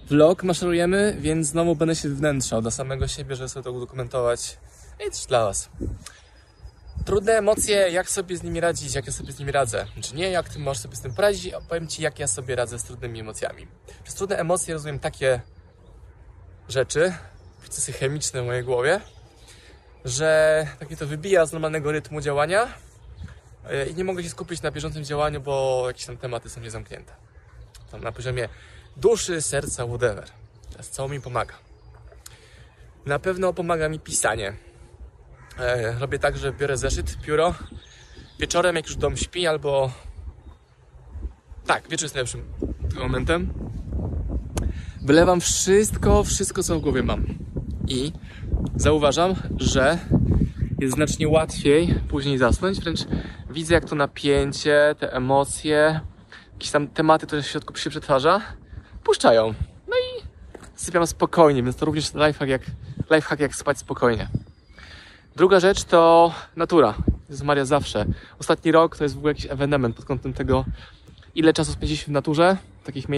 vlog maszerujemy, więc znowu będę się wnętrzał dla samego siebie, żeby sobie to udokumentować i też dla was. Trudne emocje, jak sobie z nimi radzić, jak ja sobie z nimi radzę. Znaczy nie, jak ty możesz sobie z tym poradzić, a powiem ci, jak ja sobie radzę z trudnymi emocjami. Przez trudne emocje rozumiem takie rzeczy, procesy chemiczne w mojej głowie, że tak mnie to wybija z normalnego rytmu działania i nie mogę się skupić na bieżącym działaniu, bo jakieś tam tematy są niezamknięte. Tam na poziomie duszy, serca, whatever. Teraz co mi pomaga? Na pewno pomaga mi pisanie. Robię tak, że biorę zeszyt, pióro, wieczorem jak już dom śpi, albo... Tak, wieczór jest najlepszym momentem. Wylewam wszystko, co w głowie mam. I zauważam, że jest znacznie łatwiej później zasnąć. Wręcz widzę, jak to napięcie, te emocje, jakieś tam tematy, które w środku się przetwarza, puszczają. No i sypiam spokojnie, więc to również lifehack jak spać spokojnie. Druga rzecz to natura. Jezus Maria, zawsze. Ostatni rok to jest w ogóle jakiś ewenement pod kątem tego, ile czasu spędziliśmy w naturze, w takich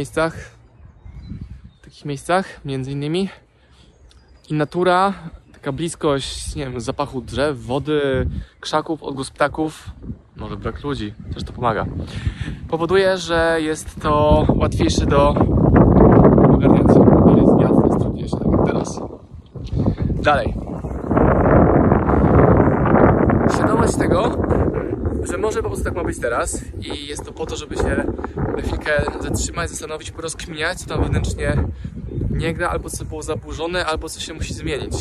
miejscach między innymi. I natura, taka bliskość, nie wiem, zapachu drzew, wody, krzaków, odgłos ptaków, może brak ludzi, też to pomaga. Powoduje, że jest to łatwiejsze do ogarnięcia. Ale jest jasne, jest trudniejsze, tak jak teraz. Dalej. Świadomość tego, że może po prostu tak ma być teraz i jest to po to, żeby się na chwilkę zatrzymać, zastanowić, porozkminiać, co tam wewnętrznie nie gra, albo co było zaburzone, albo co się musi zmienić.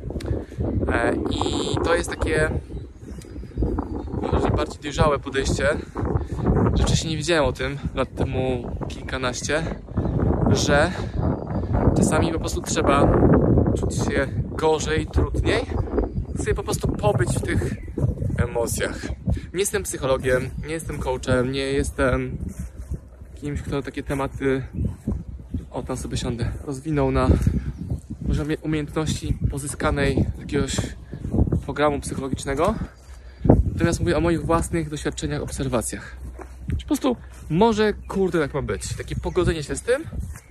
I to jest takie może bardziej dojrzałe podejście, że wcześniej nie wiedziałem o tym, lat temu kilkanaście, że czasami po prostu trzeba czuć się gorzej, trudniej, sobie po prostu pobyć w tych emocjach. Nie jestem psychologiem, nie jestem coachem, nie jestem kimś, kto takie tematy, o tam sobie siądę, rozwinął na poziomie umiejętności pozyskanej z jakiegoś programu psychologicznego. Natomiast mówię o moich własnych doświadczeniach, obserwacjach. Po prostu może, kurde, tak ma być. Takie pogodzenie się z tym,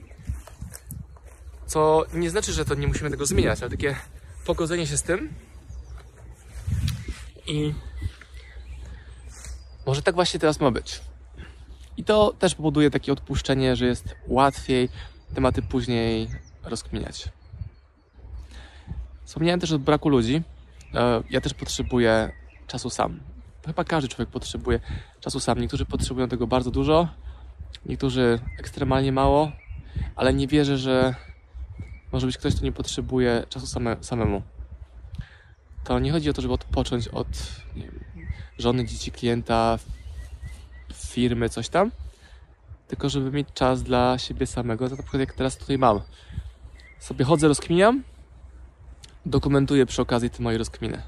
co nie znaczy, że to nie musimy tego zmieniać, ale takie pogodzenie się z tym i może tak właśnie teraz ma być. I to też powoduje takie odpuszczenie, że jest łatwiej tematy później rozkminiać. Wspomniałem też o braku ludzi. Ja też potrzebuję czasu sam. Chyba każdy człowiek potrzebuje czasu sam. Niektórzy potrzebują tego bardzo dużo, niektórzy ekstremalnie mało, ale nie wierzę, że może być ktoś, kto nie potrzebuje czasu samemu. To nie chodzi o to, żeby odpocząć od żony, dzieci, klienta, firmy, coś tam, tylko żeby mieć czas dla siebie samego, na przykład jak teraz tutaj mam. Sobie chodzę, rozkminiam, dokumentuję przy okazji te moje rozkminy.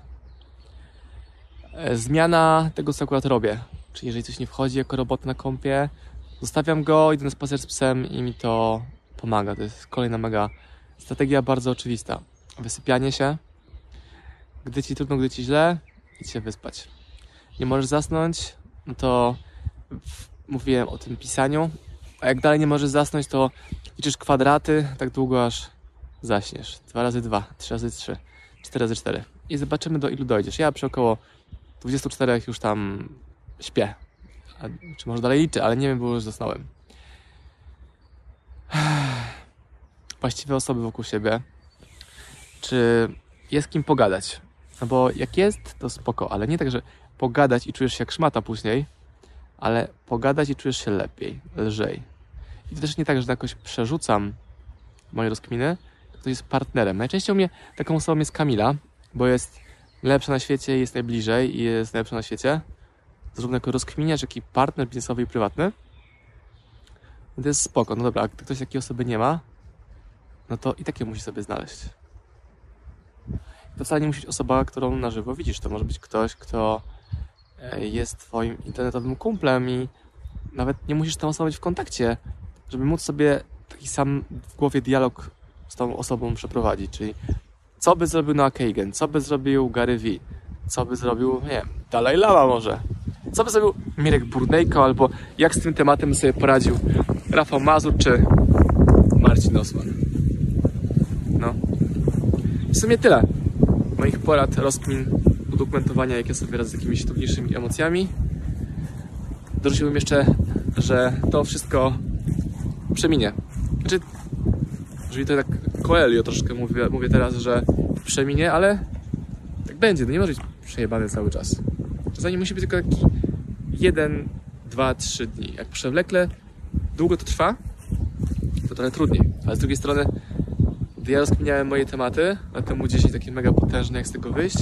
Zmiana tego, co akurat robię. Czyli jeżeli coś nie wchodzi jako robota na kompie, zostawiam go, idę na spacer z psem i mi to pomaga. To jest kolejna mega strategia, bardzo oczywista. Wysypianie się. Gdy ci trudno, gdy ci źle, idź się wyspać. Nie możesz zasnąć, no to mówiłem o tym pisaniu. A jak dalej nie możesz zasnąć, to liczysz kwadraty tak długo, aż zaśniesz. 2 razy 2, 3 razy 3, 4 razy 4. I zobaczymy, do ilu dojdziesz. Ja przy około 24 już tam śpię. Czy może dalej liczę, ale nie wiem, bo już zasnąłem. Właściwe osoby wokół siebie. Czy jest kim pogadać? No bo jak jest, to spoko, ale nie tak, że pogadać i czujesz się jak szmata później, ale pogadać i czujesz się lepiej, lżej. I to też nie tak, że jakoś przerzucam moje rozkminy, ktoś jest partnerem. Najczęściej u mnie taką osobą jest Kamila, bo jest lepsza na świecie, jest najbliżej i jest najlepsza na świecie. Zarówno jako rozkminiacz, jak i partner biznesowy i prywatny. To jest spoko. No dobra, a gdy ktoś takiej osoby nie ma, no to i takie musi sobie znaleźć. To wcale nie musi być osoba, którą na żywo widzisz. To może być ktoś, kto jest twoim internetowym kumplem i nawet nie musisz z tą osobą być w kontakcie, żeby móc sobie taki sam w głowie dialog z tą osobą przeprowadzić. Czyli co by zrobił Noah Kagan, co by zrobił Gary Vee, co by zrobił, nie wiem, Dalaj Lama może, co by zrobił Mirek Burnejko, albo jak z tym tematem sobie poradził Rafał Mazur, czy Marcin Osman. No. W sumie tyle moich porad, rozkmin, udokumentowania, jak ja sobie radzę z jakimiś trudniejszymi emocjami. Dorzuciłbym jeszcze, że to wszystko przeminie. Znaczy, jeżeli to tak Coelho troszkę mówię teraz, że przeminie, ale tak będzie, no nie może być przejebany cały czas. Czasami musi być tylko taki 1, 2, 3 dni. Jak przewlekle długo to trwa, to trochę trudniej. Ale z drugiej strony, gdy ja rozkminiałem moje tematy, a temu 10 takie mega potężne, jak z tego wyjść,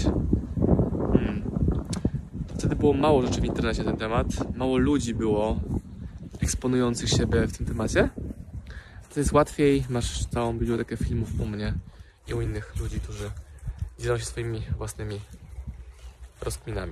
to wtedy było mało rzeczy w internecie na ten temat, mało ludzi było eksponujących siebie w tym temacie. To jest łatwiej, masz całą bibliotekę filmów u mnie i u innych ludzi, którzy dzielą się swoimi własnymi rozkminami.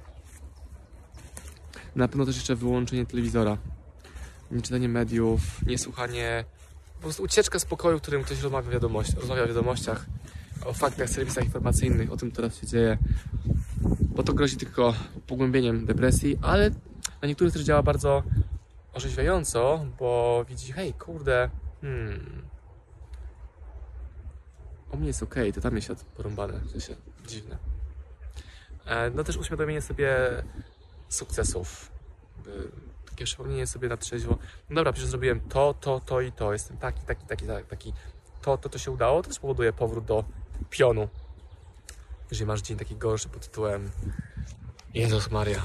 Na pewno też jeszcze wyłączenie telewizora, nie czytanie mediów, nie słuchanie, po prostu ucieczka z pokoju, w którym ktoś rozmawia w wiadomościach, o faktach, serwisach informacyjnych, o tym, co teraz się dzieje, bo to grozi tylko pogłębieniem depresji, ale na niektórych też działa bardzo orzeźwiająco, bo widzi, hej, kurde, u mnie jest okej, to tam jest świat porąbany, w sensie dziwne. No też uświadomienie sobie sukcesów, takie przypomnienie sobie na trzeźwo, no dobra, przecież zrobiłem to i to, jestem taki, to się udało, to też powoduje powrót do pionu. Jeżeli masz dzień taki gorszy pod tytułem Jezus Maria.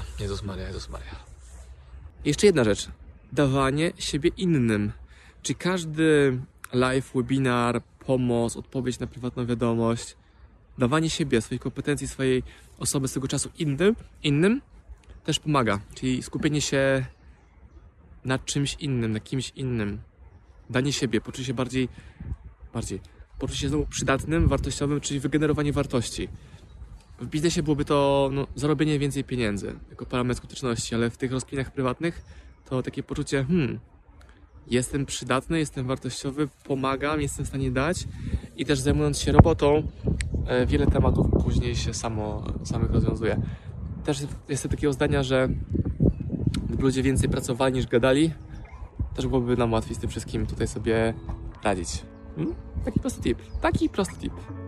I jeszcze jedna rzecz, dawanie siebie innym, czyli każdy live, webinar, pomoc, odpowiedź na prywatną wiadomość, dawanie siebie, swoich kompetencji, swojej osoby, swego czasu innym też pomaga, czyli skupienie się na czymś innym, na kimś innym, danie siebie, poczucie się bardziej poczucie się znowu przydatnym, wartościowym, czyli wygenerowanie wartości. W biznesie byłoby to zarobienie więcej pieniędzy jako parametr skuteczności, ale w tych rozkminach prywatnych to takie poczucie, jestem przydatny, jestem wartościowy, pomagam, jestem w stanie dać i też zajmując się robotą, wiele tematów później się samych rozwiązuje. Też jestem takiego zdania, że gdyby ludzie więcej pracowali niż gadali, też byłoby nam łatwiej z tym wszystkim tutaj sobie radzić. Taki prosty tip.